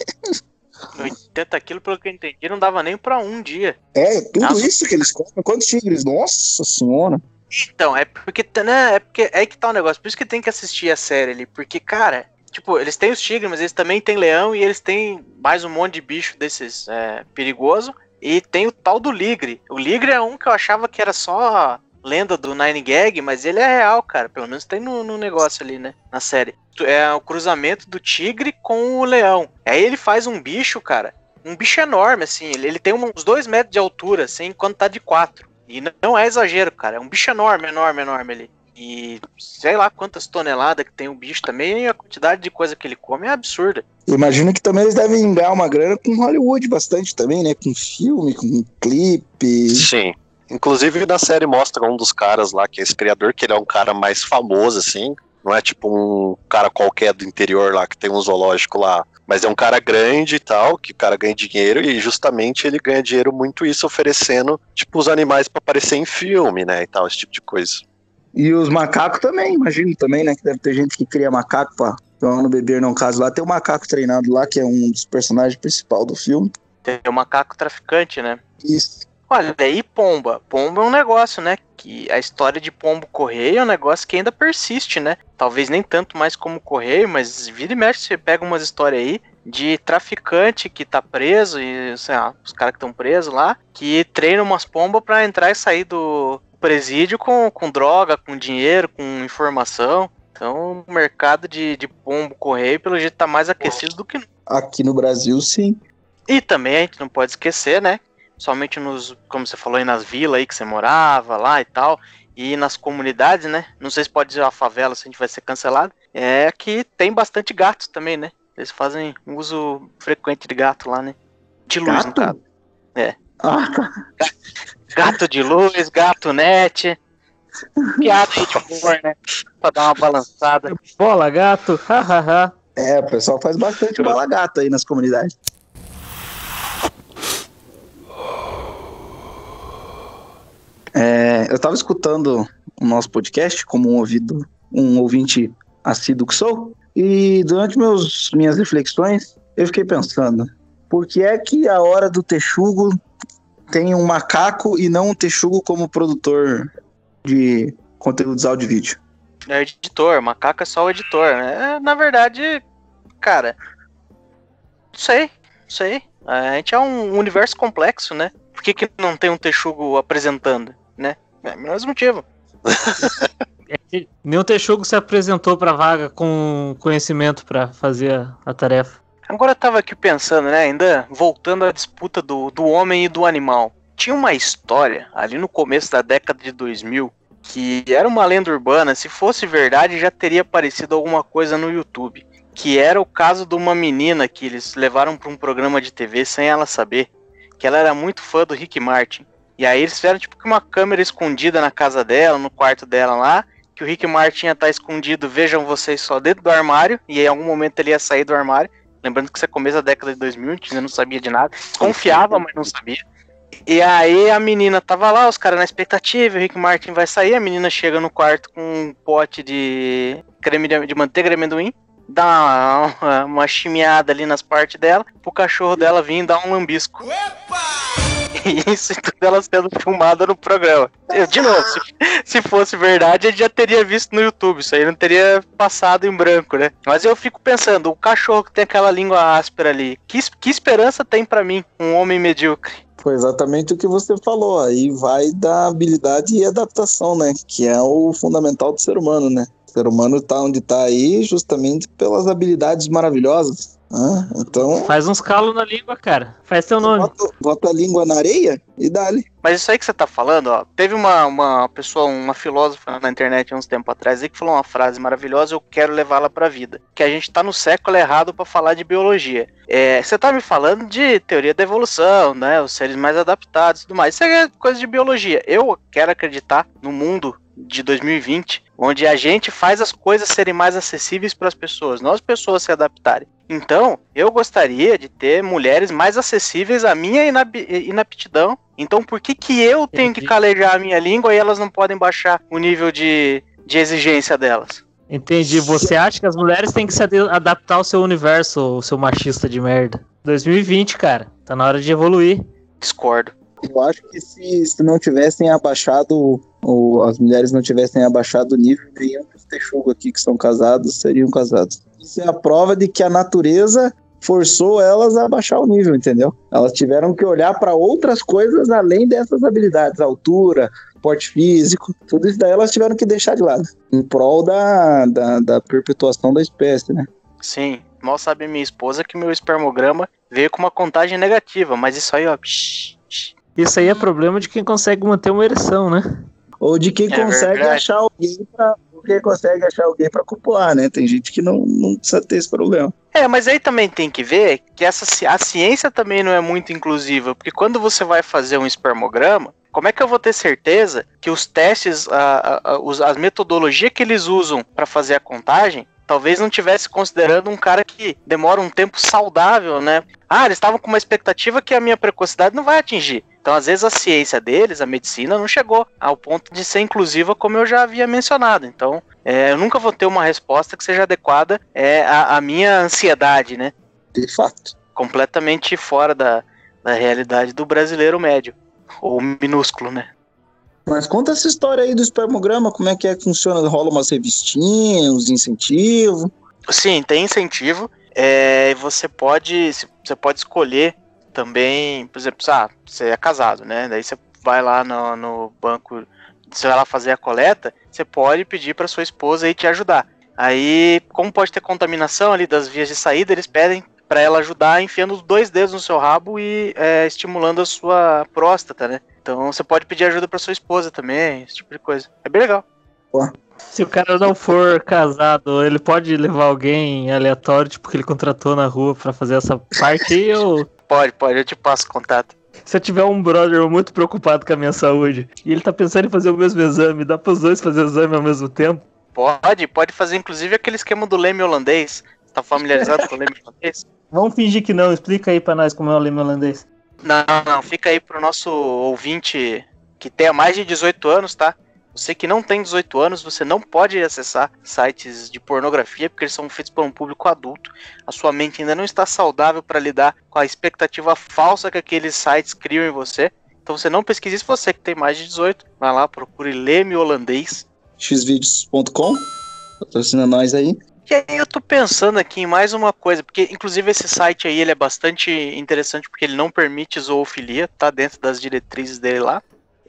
80 quilos, pelo que eu entendi, não dava nem pra um dia. É, tudo isso que eles comem, quantos tigres? Nossa senhora. Então, é porque, né, é aí que tá o negócio, por isso que tem que assistir a série ali, porque, cara... Tipo, eles têm os tigres, mas eles também têm leão e eles têm mais um monte de bicho desses perigoso. E tem o tal do ligre. O ligre é um que eu achava que era só lenda do Nine Gag, mas ele é real, cara. Pelo menos tem no negócio ali, né? Na série. É o cruzamento do tigre com o leão. Aí ele faz um bicho, cara. Um bicho enorme, assim. Ele tem uns 2 metros de altura, assim, enquanto tá de 4. E não é exagero, cara. É um bicho enorme ali. E sei lá quantas toneladas que tem o bicho também, e a quantidade de coisa que ele come é absurda. Eu imagino que também eles devem ganhar uma grana com Hollywood bastante também, né? Com filme, com clipe. Sim. Inclusive na série mostra um dos caras lá, que é esse criador, que ele é um cara mais famoso, assim. Não é tipo um cara qualquer do interior lá, que tem um zoológico lá. Mas é um cara grande e tal, que o cara ganha dinheiro, e justamente ele ganha dinheiro muito isso oferecendo, tipo, os animais pra aparecer em filme, né? E tal, esse tipo de coisa. E os macacos também, imagino também, né? Que deve ter gente que cria macaco pra no beber, não caso lá. Tem o macaco treinado lá, que é um dos personagens principais do filme. Tem o macaco traficante, né? Isso. Olha, daí pomba. Pomba é um negócio, né? Que a história de pombo correio é um negócio que ainda persiste, né? Talvez nem tanto mais como correio, mas vira e mexe, você pega umas histórias aí de traficante que tá preso, e sei lá, os caras que estão presos lá, que treinam umas pombas pra entrar e sair do presídio com droga, com dinheiro, com informação. Então o mercado de pombo correio, pelo jeito, tá mais aquecido do que nunca. Aqui no Brasil, sim. E também a gente não pode esquecer, né? Somente como você falou aí, nas vilas aí que você morava lá e tal, e nas comunidades, né? Não sei se pode dizer a favela, se a gente vai ser cancelado. É que tem bastante gatos também, né? Eles fazem uso frequente de gato lá, né? De luz, Gato? no caso. É. Ah, tá. Gato de luz, gato net. Piada aí de humor, né? Pra dar uma balançada. Bola, gato, hahaha. É, o pessoal faz bastante bala gata aí nas comunidades. Eu tava escutando o nosso podcast como um ouvinte assíduo que sou, e durante minhas reflexões eu fiquei pensando, por que é que a Hora do Texugo tem um macaco e não um texugo como produtor de conteúdos áudio e vídeo? É editor, macaco é só o editor, né? Na verdade, cara, não sei. A gente é um universo complexo, né? Por que não tem um texugo apresentando, né? É o mesmo motivo. Nenhum texugo se apresentou pra vaga com conhecimento pra fazer a tarefa. Agora eu tava aqui pensando, né? Ainda voltando à disputa do homem e do animal. Tinha uma história ali no começo da década de 2000 que era uma lenda urbana. Se fosse verdade, já teria aparecido alguma coisa no YouTube. Que era o caso de uma menina que eles levaram para um programa de TV sem ela saber. Que ela era muito fã do Rick Martin. E aí eles fizeram tipo uma câmera escondida na casa dela, no quarto dela lá. Que o Rick Martin ia estar escondido, vejam vocês só, dentro do armário. E aí, em algum momento ele ia sair do armário. Lembrando que isso é começo da década de 2000, a gente não sabia de nada. Confiava, mas não sabia. E aí a menina tava lá, os caras na expectativa, o Rick Martin vai sair, a menina chega no quarto com um pote de creme de manteiga de amendoim, dá uma chimeada ali nas partes dela, pro cachorro dela vir dar um lambisco. E isso tudo ela sendo filmada no programa. De novo, se fosse verdade, a gente já teria visto no YouTube, isso aí não teria passado em branco, né? Mas eu fico pensando, o cachorro que tem aquela língua áspera ali, que esperança tem pra mim, um homem medíocre? Foi exatamente o que você falou, aí vai da habilidade e adaptação, né? Que é o fundamental do ser humano, né? O ser humano tá onde tá aí justamente pelas habilidades maravilhosas. Ah, então. Faz uns calos na língua, cara. Faz teu nome. Bota a língua na areia e dá-lhe. Mas isso aí que você tá falando, ó, teve uma pessoa, uma filósofa na internet há uns tempos atrás aí que falou uma frase maravilhosa, eu quero levá-la pra vida. Que a gente tá no século errado pra falar de biologia. Você tá me falando de teoria da evolução, né, os seres mais adaptados e tudo mais. Isso é coisa de biologia. Eu quero acreditar no mundo de 2020, onde a gente faz as coisas serem mais acessíveis para as pessoas, não as pessoas se adaptarem. Então, eu gostaria de ter mulheres mais acessíveis à minha inaptidão. Então, por que eu tenho que calejar a minha língua e elas não podem baixar o nível de exigência delas? Entendi. Você acha que as mulheres têm que se adaptar ao seu universo, o seu machista de merda? 2020, cara. Tá na hora de evoluir. Discordo. Eu acho que se não tivessem abaixado, ou as mulheres não tivessem abaixado o nível, nenhum dos texugos aqui que são casados seriam casados. Isso é a prova de que a natureza forçou elas a baixar o nível, entendeu? Elas tiveram que olhar para outras coisas além dessas habilidades, altura, porte físico, tudo isso daí elas tiveram que deixar de lado, em prol da perpetuação da espécie, né? Sim, mal sabe minha esposa que meu espermograma veio com uma contagem negativa, mas isso aí, ó... Isso aí é problema de quem consegue manter uma ereção, né? Ou de quem consegue verdade. achar alguém pra copular, né? Tem gente que não precisa ter esse problema. Mas aí também tem que ver que a ciência também não é muito inclusiva, porque quando você vai fazer um espermograma, como é que eu vou ter certeza que os testes, as metodologias que eles usam para fazer a contagem, talvez não estivesse considerando um cara que demora um tempo saudável, né? Eles estavam com uma expectativa que a minha precocidade não vai atingir. Então, às vezes, a ciência deles, a medicina, não chegou ao ponto de ser inclusiva, como eu já havia mencionado. Então, eu nunca vou ter uma resposta que seja adequada à minha ansiedade, né? De fato. Completamente fora da realidade do brasileiro médio. Ou minúsculo, né? Mas conta essa história aí do espermograma, como é que funciona? Rola umas revistinhas, uns incentivos? Sim, tem incentivo. Você pode escolher também, por exemplo, você é casado, né? Daí você vai lá no banco, você vai lá fazer a coleta, você pode pedir para sua esposa aí te ajudar. Aí, como pode ter contaminação ali das vias de saída, eles pedem para ela ajudar enfiando os 2 dedos no seu rabo e estimulando a sua próstata, né? Então você pode pedir ajuda para sua esposa também, esse tipo de coisa. É bem legal. Se o cara não for casado, ele pode levar alguém aleatório, tipo, que ele contratou na rua pra fazer essa parte aí, ou... Pode, eu te passo o contato. Se eu tiver um brother muito preocupado com a minha saúde e ele tá pensando em fazer o mesmo exame, dá pros dois fazer o exame ao mesmo tempo? Pode fazer inclusive aquele esquema do leme holandês. Você tá familiarizado com o leme holandês? Vamos fingir que não, explica aí pra nós como é o leme holandês. Não, fica aí pro nosso ouvinte que tenha mais de 18 anos, tá? Você que não tem 18 anos, você não pode acessar sites de pornografia, porque eles são feitos por um público adulto. A sua mente ainda não está saudável para lidar com a expectativa falsa que aqueles sites criam em você. Então você não pesquise isso. Você que tem mais de 18, vai lá, procure leme holandês. xvideos.com, patrocina nós aí. E aí eu tô pensando aqui em mais uma coisa, porque inclusive esse site aí ele é bastante interessante porque ele não permite zoofilia, tá dentro das diretrizes dele lá.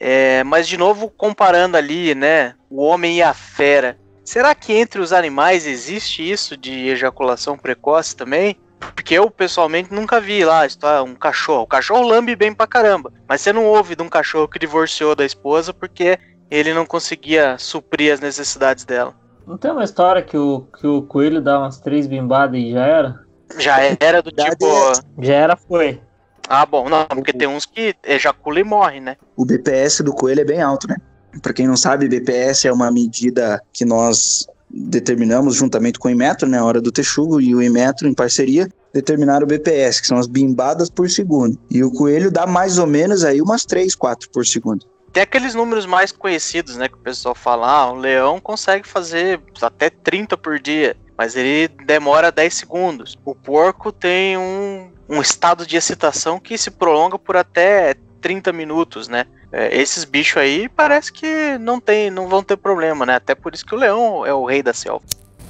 Mas de novo, comparando ali, né, o homem e a fera, será que entre os animais existe isso de ejaculação precoce também? Porque eu pessoalmente nunca vi lá, um cachorro. O cachorro lambe bem pra caramba, mas você não ouve de um cachorro que divorciou da esposa porque ele não conseguia suprir as necessidades dela. Não tem uma história que o coelho dá umas 3 bimbadas e já era? Já era do tipo... Já era, foi. Bom, não, porque tem uns que ejacula e morre, né? O BPS do coelho é bem alto, né? Pra quem não sabe, BPS é uma medida que nós determinamos juntamente com o Inmetro, né? A hora do texugo e o Inmetro, em parceria, determinaram o BPS, que são as bimbadas por segundo. E o coelho dá mais ou menos aí umas 3, 4 por segundo. Tem aqueles números mais conhecidos, né? Que o pessoal fala, o leão consegue fazer até 30 por dia, mas ele demora 10 segundos. O porco tem um estado de excitação que se prolonga por até 30 minutos, né? Esses bichos aí parece que não vão ter problema, né? Até por isso que o leão é o rei da selva.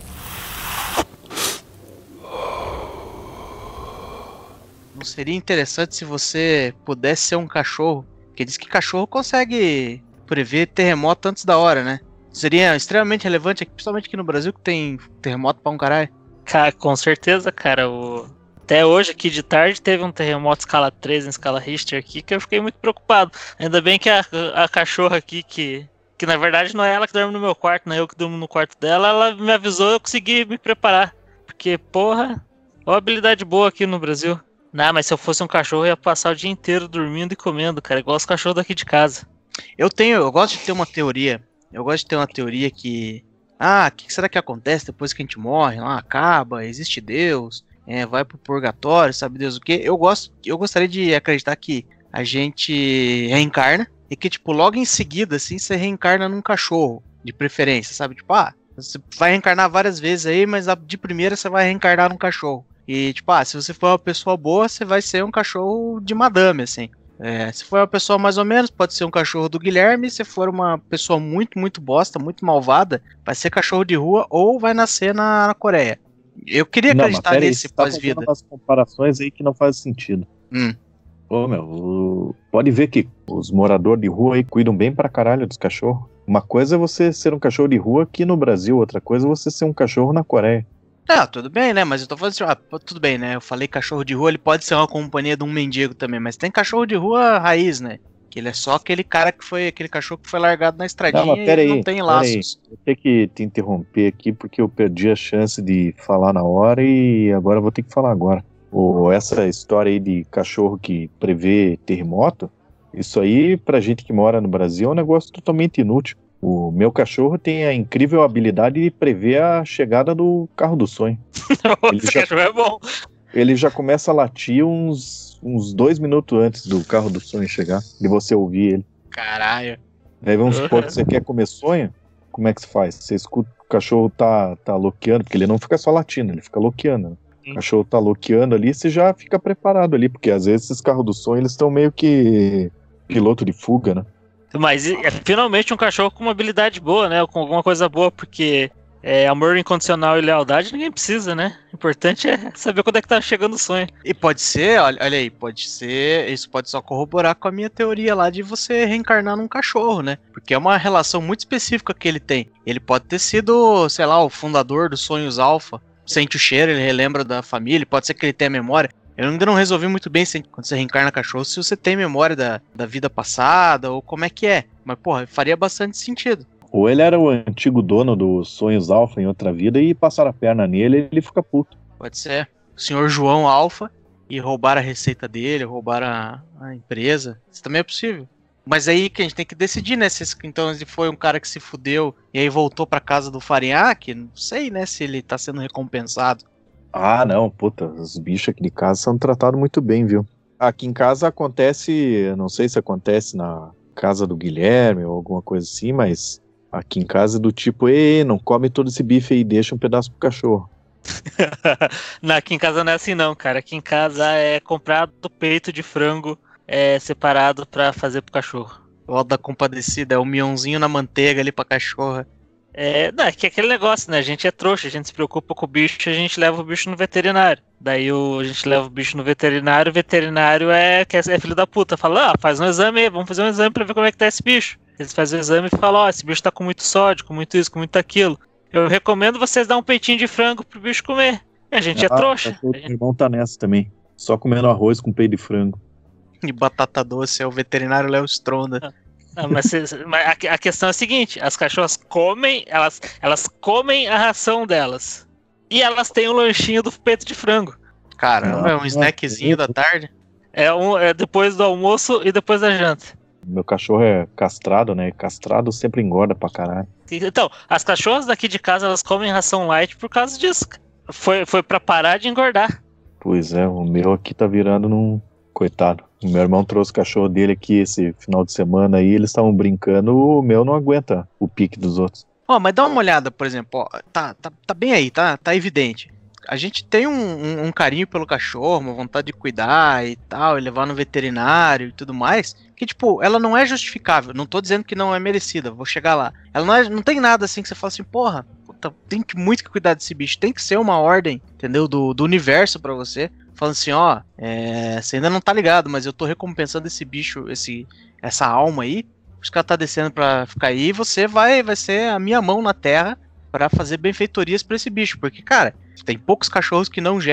Não seria interessante se você pudesse ser um cachorro? Porque diz que cachorro consegue prever terremoto antes da hora, né? Seria extremamente relevante, principalmente aqui no Brasil, que tem terremoto pra um caralho. Cara, com certeza, cara. Até hoje, aqui de tarde, teve um terremoto escala 3 em escala Richter aqui, que eu fiquei muito preocupado. Ainda bem que a cachorra aqui, que na verdade não é ela que dorme no meu quarto, não é eu que durmo no quarto dela, ela me avisou e eu consegui me preparar. Porque, porra, ó, habilidade boa aqui no Brasil. Não, mas se eu fosse um cachorro, eu ia passar o dia inteiro dormindo e comendo, cara, igual os cachorros daqui de casa. Eu gosto de ter uma teoria. Eu gosto de ter uma teoria que... o que será que acontece depois que a gente morre? Acaba, existe Deus, vai pro purgatório, sabe Deus o quê? Eu gostaria de acreditar que a gente reencarna e que, tipo, logo em seguida, assim, você reencarna num cachorro, de preferência, sabe? Tipo, você vai reencarnar várias vezes aí, mas de primeira você vai reencarnar num cachorro. E, tipo, se você for uma pessoa boa, você vai ser um cachorro de madame, assim. Se for uma pessoa mais ou menos, pode ser um cachorro do Guilherme. Se for uma pessoa muito, muito bosta, muito malvada, vai ser cachorro de rua ou vai nascer na Coreia. Eu queria acreditar nesse pós-vida. Tá umas comparações aí que não fazem sentido. Ô, meu, pode ver que os moradores de rua aí cuidam bem pra caralho dos cachorros. Uma coisa é você ser um cachorro de rua aqui no Brasil, outra coisa é você ser um cachorro na Coreia. Tudo bem, né? Mas eu tô falando assim, tudo bem, né? Eu falei cachorro de rua, ele pode ser uma companhia de um mendigo também, mas tem cachorro de rua raiz, né? Que ele é só aquele cachorro que foi largado na estradinha e não tem laços. Vou ter que te interromper aqui porque eu perdi a chance de falar na hora e agora eu vou ter que falar agora. Essa história aí de cachorro que prevê terremoto, isso aí pra gente que mora no Brasil é um negócio totalmente inútil. O meu cachorro tem a incrível habilidade de prever a chegada do carro do sonho. Esse cachorro é bom. Ele já começa a latir uns 2 minutos antes do carro do sonho chegar, de você ouvir ele. Caralho. Aí vamos supor que você quer comer sonho, como é que você faz? Você escuta o cachorro tá loqueando, porque ele não fica só latindo, ele fica loqueando. Né? O cachorro tá loqueando ali, você já fica preparado ali, porque às vezes esses carros do sonho, eles estão meio que piloto de fuga, né? Mas é finalmente um cachorro com uma habilidade boa, né? Com alguma coisa boa, porque amor incondicional e lealdade ninguém precisa, né? O importante é saber quando é que tá chegando o sonho. E pode ser, olha aí, isso pode só corroborar com a minha teoria lá de você reencarnar num cachorro, né? Porque é uma relação muito específica que ele tem. Ele pode ter sido, sei lá, o fundador dos sonhos alfa. Sente o cheiro, ele relembra da família, pode ser que ele tenha memória. Eu ainda não resolvi muito bem quando você reencarna cachorro, se você tem memória da vida passada ou como é que é. Mas, porra, faria bastante sentido. Ou ele era o antigo dono dos sonhos alfa em outra vida e passaram a perna nele e ele fica puto. Pode ser. O senhor João Alfa e roubaram a receita dele, roubaram a empresa. Isso também é possível. Mas aí que a gente tem que decidir, né? Então ele foi um cara que se fudeu e aí voltou pra casa do Farinhaque. Não sei, né? Se ele tá sendo recompensado. Não, puta, os bichos aqui de casa são tratados muito bem, viu? Aqui em casa acontece, não sei se acontece na casa do Guilherme ou alguma coisa assim, mas aqui em casa é do tipo, não come todo esse bife aí, deixa um pedaço pro cachorro. Não, aqui em casa não é assim não, cara. Aqui em casa é comprado peito de frango separado pra fazer pro cachorro. O Alto da Compadecida, é o miãozinho na manteiga ali pra cachorra. Não, é que é aquele negócio, né? A gente é trouxa, a gente se preocupa com o bicho, a gente leva o bicho no veterinário. Daí a gente leva o bicho no veterinário, o veterinário é filho da puta. Fala, faz um exame aí, vamos fazer um exame pra ver como é que tá esse bicho. Eles fazem o exame e falam, esse bicho tá com muito sódio, com muito isso, com muito aquilo. Eu recomendo vocês dar um peitinho de frango pro bicho comer. A gente é trouxa. O irmão tá nessa também, só comendo arroz com peito de frango. E batata doce, é o veterinário Léo Stronda. Mas a questão é a seguinte, as cachorras comem, elas comem a ração delas. E elas têm um lanchinho do peito de frango. Caramba, é um snackzinho da tarde? É depois do almoço e depois da janta. Meu cachorro é castrado, né? Castrado sempre engorda pra caralho. Então, as cachorras daqui de casa, elas comem ração light por causa disso. Foi pra parar de engordar. Pois é, o meu aqui tá virando num... Coitado. O meu irmão trouxe o cachorro dele aqui esse final de semana aí, eles estavam brincando, o meu não aguenta o pique dos outros. Mas dá uma olhada, por exemplo, tá bem aí, tá evidente. A gente tem um carinho pelo cachorro, uma vontade de cuidar e tal, e levar no veterinário e tudo mais, que tipo, ela não é justificável, não tô dizendo que não é merecida, vou chegar lá. Ela não tem nada assim que você fala assim, porra, tem muito que cuidar desse bicho, tem que ser uma ordem, entendeu, do universo pra você. Falando assim, você ainda não tá ligado, mas eu tô recompensando esse bicho, essa alma aí, por isso que ela tá descendo pra ficar aí, e você vai ser a minha mão na terra pra fazer benfeitorias pra esse bicho, porque, cara, tem poucos cachorros que não geram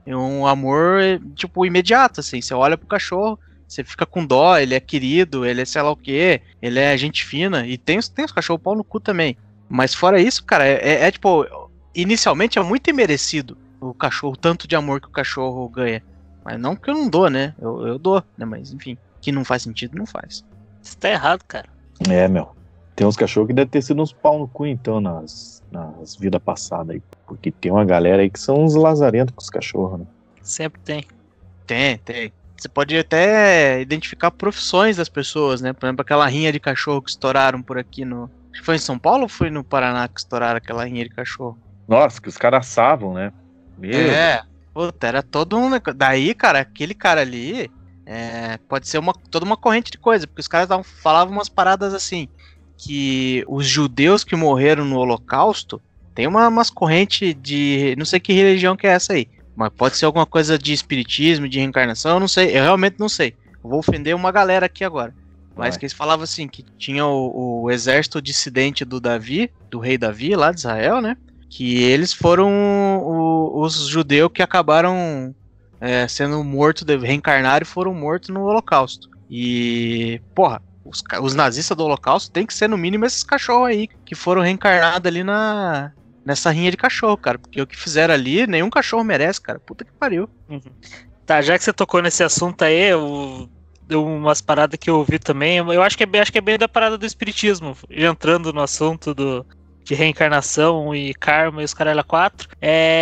É um amor, tipo, imediato, assim. Você olha pro cachorro, você fica com dó, ele é querido, ele é sei lá o quê, ele é gente fina. E tem os cachorros pau no cu também. Mas fora isso, cara, tipo, inicialmente é muito imerecido o cachorro, tanto de amor que o cachorro ganha. Mas não que eu não dou, né? Eu dou, né? Mas enfim, que não faz sentido, não faz. Isso tá errado, cara. É, meu. Tem uns cachorros que devem ter sido uns pau no cu, então, nas vidas passadas aí. Porque tem uma galera aí que são uns lazarentos com os cachorros, né? Sempre tem. Tem. Você pode até identificar profissões das pessoas, né? Por exemplo, aquela rinha de cachorro que estouraram por aqui no... Foi em São Paulo ou foi no Paraná que estouraram aquela rinha de cachorro? Nossa, que os caras assavam, né? Meu. Puta, era todo um... Daí, cara, aquele cara ali... pode ser toda uma corrente de coisa, porque os caras falavam umas paradas assim, que os judeus que morreram no Holocausto, tem umas correntes de... Não sei que religião que é essa aí, mas pode ser alguma coisa de espiritismo, de reencarnação, eu não sei, eu realmente não sei. Eu vou ofender uma galera aqui agora. Mas que eles falavam assim, que tinha o exército dissidente do Davi, do rei Davi, lá de Israel, né? Que eles foram os judeus que acabaram sendo mortos, reencarnaram e foram mortos no Holocausto. E, porra, os nazistas do Holocausto tem que ser no mínimo esses cachorros aí, que foram reencarnados ali nessa rinha de cachorro, cara. Porque o que fizeram ali, nenhum cachorro merece, cara. Puta que pariu. Uhum. Tá, já que você tocou nesse assunto aí, deu umas paradas que eu ouvi também. Eu acho que é bem da parada do espiritismo, entrando no assunto de reencarnação e karma e os caralho 4.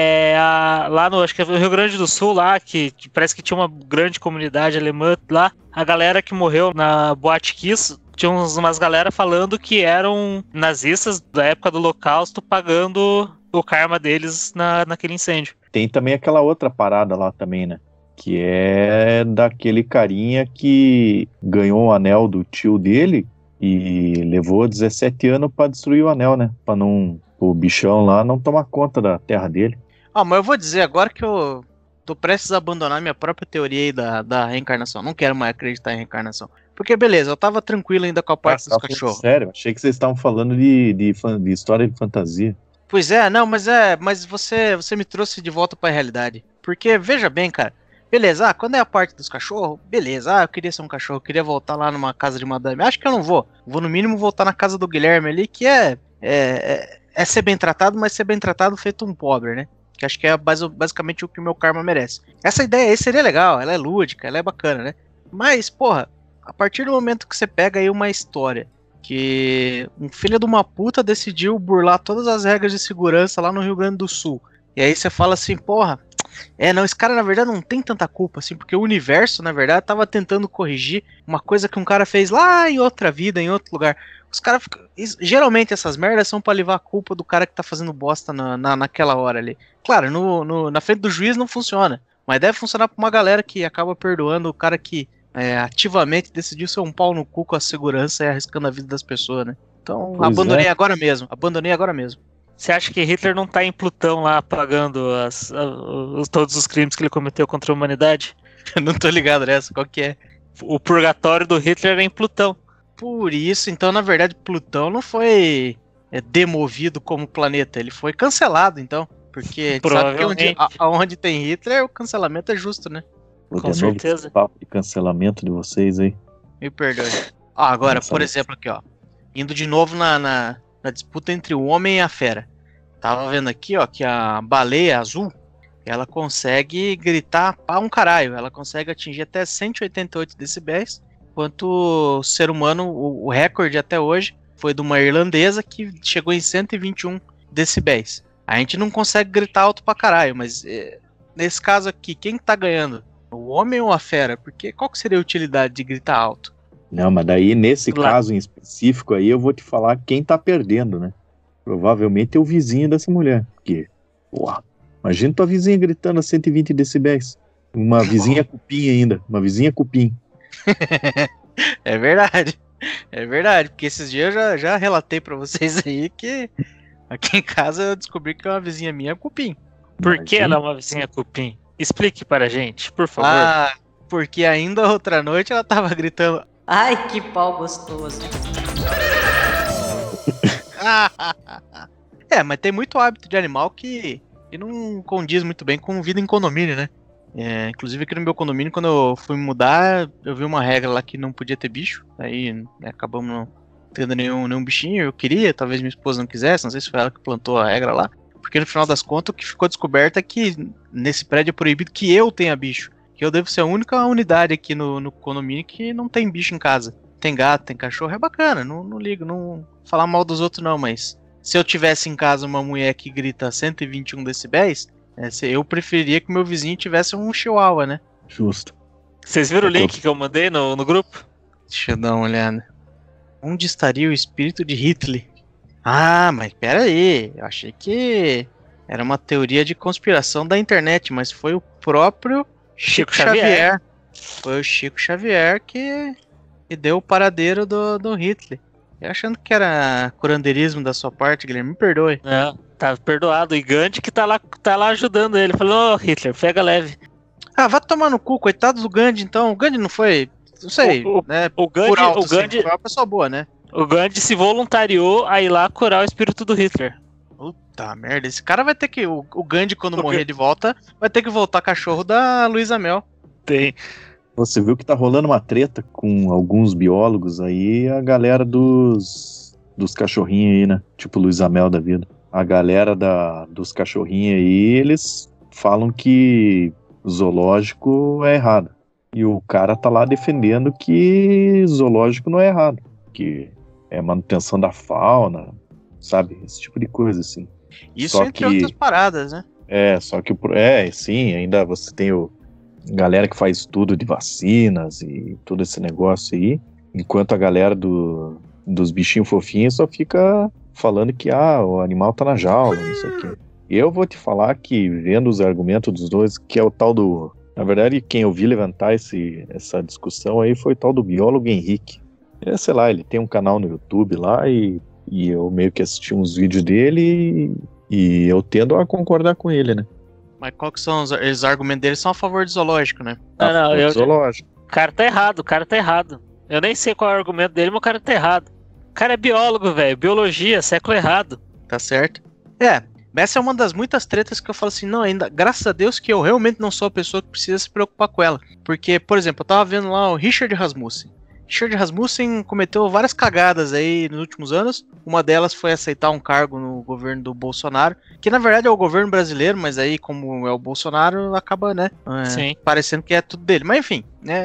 Lá acho que é no Rio Grande do Sul, lá, que parece que tinha uma grande comunidade alemã lá. A galera que morreu na Boate Kiss, tinha umas galera falando que eram nazistas da época do Holocausto pagando o karma deles naquele incêndio. Tem também aquela outra parada lá também, né? Que é daquele carinha que ganhou o anel do tio dele e levou 17 anos pra destruir o anel, né? Pra o bichão lá não tomar conta da terra dele. Mas eu vou dizer agora que eu tô prestes a abandonar minha própria teoria aí da reencarnação. Não quero mais acreditar em reencarnação. Porque, beleza, eu tava tranquilo ainda com a parte dos cachorros. Sério, achei que vocês estavam falando de história de fantasia. Pois é, não, mas você me trouxe de volta pra realidade. Porque, veja bem, cara, beleza, quando é a parte dos cachorros, beleza, eu queria ser um cachorro, eu queria voltar lá numa casa de madame. Acho que eu não vou. Vou no mínimo voltar na casa do Guilherme ali, que é ser bem tratado, mas ser bem tratado feito um pobre, né? Que acho que é basicamente o que o meu karma merece. Essa ideia aí seria legal, ela é lúdica, ela é bacana, né? Mas, porra, a partir do momento que você pega aí uma história que um filho de uma puta decidiu burlar todas as regras de segurança lá no Rio Grande do Sul. E aí você fala assim, porra, não, esse cara na verdade não tem tanta culpa, assim, porque o universo, na verdade, tava tentando corrigir uma coisa que um cara fez lá em outra vida, em outro lugar. Os caras ficam... Geralmente essas merdas são pra levar a culpa do cara que tá fazendo bosta naquela hora ali. Claro, na frente do juiz não funciona, mas deve funcionar pra uma galera que acaba perdoando o cara que ativamente decidiu ser um pau no cu com a segurança e arriscando a vida das pessoas, né? Então, abandonei agora mesmo. Você acha que Hitler não tá em Plutão lá pagando todos os crimes que ele cometeu contra a humanidade? Eu não tô ligado nessa, qual que é? O purgatório do Hitler era em Plutão. Por isso, então, na verdade, Plutão não foi demovido como planeta, ele foi cancelado, então. Porque sabe que onde tem Hitler, o cancelamento é justo, né? Com certeza. Papo de cancelamento de vocês aí. Me perdoe. Agora, por exemplo, aqui, ó. Indo de novo na disputa entre o homem e a fera. Tava vendo aqui, ó, que a baleia azul, ela consegue gritar pra um caralho. Ela consegue atingir até 188 decibéis. Enquanto o ser humano, o recorde até hoje, foi de uma irlandesa que chegou em 121 decibéis. A gente não consegue gritar alto pra caralho, mas nesse caso aqui, quem tá ganhando? O homem ou a fera? Porque qual que seria a utilidade de gritar alto? Não, mas daí nesse caso em específico aí eu vou te falar quem tá perdendo, né? Provavelmente é o vizinho dessa mulher. Porque, porra, imagina tua vizinha gritando a 120 decibéis. Uma vizinha cupim ainda, uma vizinha cupim. É verdade, porque esses dias eu já relatei pra vocês aí que aqui em casa eu descobri que uma vizinha minha é cupim. Por que ela é uma vizinha cupim? Explique para a gente, por favor. Porque ainda outra noite ela tava gritando: ai, que pau gostoso. Mas tem muito hábito de animal que E não condiz muito bem com vida em condomínio, né? Inclusive aqui no meu condomínio, quando eu fui mudar, eu vi uma regra lá que não podia ter bicho. Aí acabamos não tendo nenhum bichinho. Eu queria, talvez minha esposa não quisesse, não sei se foi ela que plantou a regra lá. Porque no final das contas, o que ficou descoberto é que nesse prédio é proibido que eu tenha bicho. Que eu devo ser a única unidade aqui no condomínio que não tem bicho em casa. Tem gato, tem cachorro, é bacana, não ligo, não falar mal dos outros não, mas se eu tivesse em casa uma mulher que grita 121 decibéis, eu preferiria que meu vizinho tivesse um chihuahua, né? Justo. Vocês viram o link que eu mandei no grupo? Deixa eu dar uma olhada. Onde estaria o espírito de Hitler? Ah, mas pera aí, eu achei que era uma teoria de conspiração da internet, mas foi o próprio Chico Xavier. Foi o Chico Xavier que deu o paradeiro do Hitler. Eu achando que era curandeirismo da sua parte, Guilherme, me perdoe. Tá perdoado. E Gandhi que tá lá ajudando ele. Falou, Hitler, pega leve. Ah, vai tomar no cu, coitado do Gandhi, então. O Gandhi não foi, não sei, né? O Gandhi foi uma pessoa boa, né? O Gandhi se voluntariou a ir lá curar o espírito do Hitler. Puta merda, esse cara vai ter que... O Gandhi, quando morrer de volta, vai ter que voltar cachorro da Luísa Mel. Tem. Você viu que tá rolando uma treta com alguns biólogos aí, a galera dos cachorrinhos aí, né? Tipo Luísa Mel da vida. A galera dos cachorrinhos aí, eles falam que zoológico é errado. E o cara tá lá defendendo que zoológico não é errado. Que é manutenção da fauna, sabe? Esse tipo de coisa, assim. Isso entre outras paradas, né? Só que sim, ainda você tem galera que faz estudo de vacinas e todo esse negócio aí, enquanto a galera dos bichinhos fofinhos só fica falando que o animal tá na jaula, não sei o quê. Eu vou te falar que, vendo os argumentos dos dois, que é o tal do... Na verdade, quem eu vi levantar essa discussão aí foi o tal do biólogo Henrique. Sei lá, ele tem um canal no YouTube lá e eu meio que assisti uns vídeos dele e eu tendo a concordar com ele, né? Mas qual que são os argumentos dele? São a favor do zoológico, né? Zoológico. O cara tá errado. Eu nem sei qual é o argumento dele, mas o cara tá errado. O cara é biólogo, velho. Biologia, século errado. Tá certo. Essa é uma das muitas tretas que eu falo assim, não, ainda, graças a Deus que eu realmente não sou a pessoa que precisa se preocupar com ela. Porque, por exemplo, eu tava vendo lá o Richard Rasmussen. Richard Rasmussen cometeu várias cagadas aí nos últimos anos. Uma delas foi aceitar um cargo no governo do Bolsonaro, que na verdade é o governo brasileiro, mas aí como é o Bolsonaro, acaba, né, parecendo que é tudo dele. Mas enfim,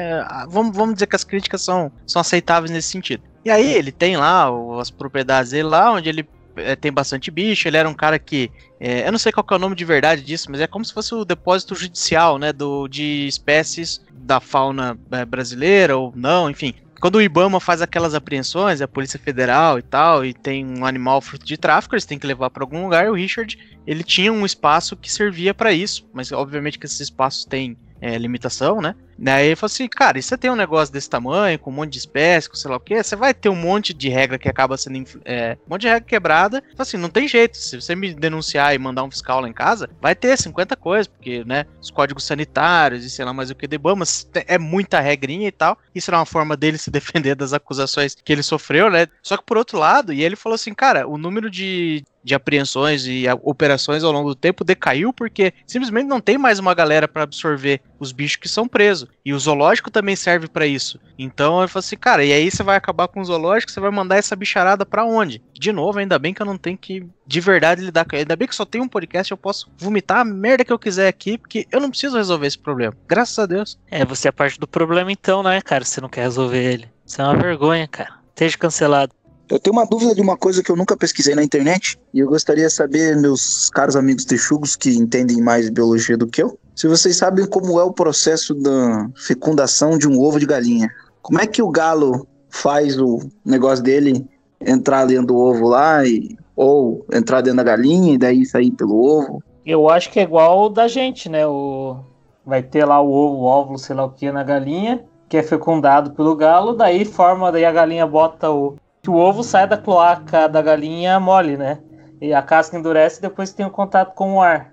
vamos dizer que as críticas são aceitáveis nesse sentido. E aí ele tem lá as propriedades dele lá, onde ele tem bastante bicho. Ele era um cara que, eu não sei qual que é o nome de verdade disso, mas é como se fosse o depósito judicial, né, de espécies da fauna brasileira ou não, enfim. Quando o IBAMA faz aquelas apreensões, a Polícia Federal e tal, e tem um animal fruto de tráfico, eles têm que levar para algum lugar. O Richard, ele tinha um espaço que servia para isso, mas obviamente que esses espaços têm limitação, né? Daí ele falou assim, cara, e você tem um negócio desse tamanho, com um monte de espécie, com sei lá o que, você vai ter um monte de regra que acaba sendo um monte de regra quebrada. Assim, não tem jeito, se você me denunciar e mandar um fiscal lá em casa, vai ter 50 coisas, porque, né, os códigos sanitários e sei lá mais o que de IBAMA, é muita regrinha e tal. Isso era uma forma dele se defender das acusações que ele sofreu, né? Só que por outro lado, e ele falou assim, cara, o número de apreensões e operações ao longo do tempo decaiu porque simplesmente não tem mais uma galera para absorver os bichos que são presos. E o zoológico também serve para isso. Então eu falei assim, cara, e aí você vai acabar com o zoológico, você vai mandar essa bicharada para onde? De novo, ainda bem que eu não tenho que de verdade lidar com ele. Ainda bem que só tem um podcast, eu posso vomitar a merda que eu quiser aqui, porque eu não preciso resolver esse problema. Graças a Deus. Você é parte do problema então, né, cara? Você não quer resolver ele. Isso é uma vergonha, cara. Esteja cancelado. Eu tenho uma dúvida de uma coisa que eu nunca pesquisei na internet e eu gostaria de saber, meus caros amigos texugos que entendem mais biologia do que eu, se vocês sabem como é o processo da fecundação de um ovo de galinha. Como é que o galo faz o negócio dele entrar dentro do ovo lá ou entrar dentro da galinha e daí sair pelo ovo? Eu acho que é igual o da gente, né? Vai ter lá o ovo, o óvulo, sei lá o que, na galinha, que é fecundado pelo galo, daí a galinha bota o ovo, sai da cloaca da galinha mole, né? E a casca endurece e depois tem o contato com o ar.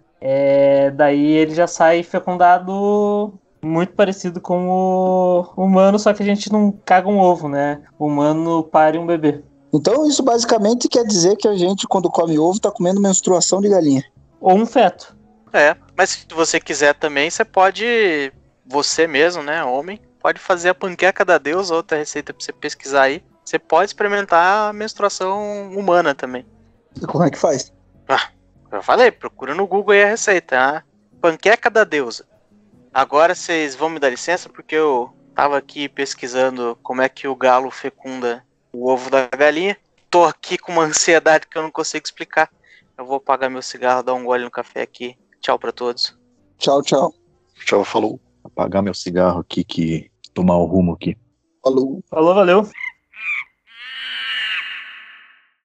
Daí ele já sai fecundado muito parecido com o humano, só que a gente não caga um ovo, né? O humano pare um bebê. Então isso basicamente quer dizer que a gente, quando come ovo, tá comendo menstruação de galinha. Ou um feto. Mas se você quiser também, você mesmo, né, homem, pode fazer a panqueca da deusa, outra receita pra você pesquisar aí. Você pode experimentar a menstruação humana também. E como é que faz? Eu falei, procura no Google aí a receita, a panqueca da deusa. Agora vocês vão me dar licença, porque eu tava aqui pesquisando como é que o galo fecunda o ovo da galinha. Tô aqui com uma ansiedade que eu não consigo explicar. Eu vou apagar meu cigarro, dar um gole no café aqui. Tchau pra todos. Tchau, tchau. Tchau, falou. Apagar meu cigarro aqui, tomar o rumo aqui. Falou. Falou, valeu.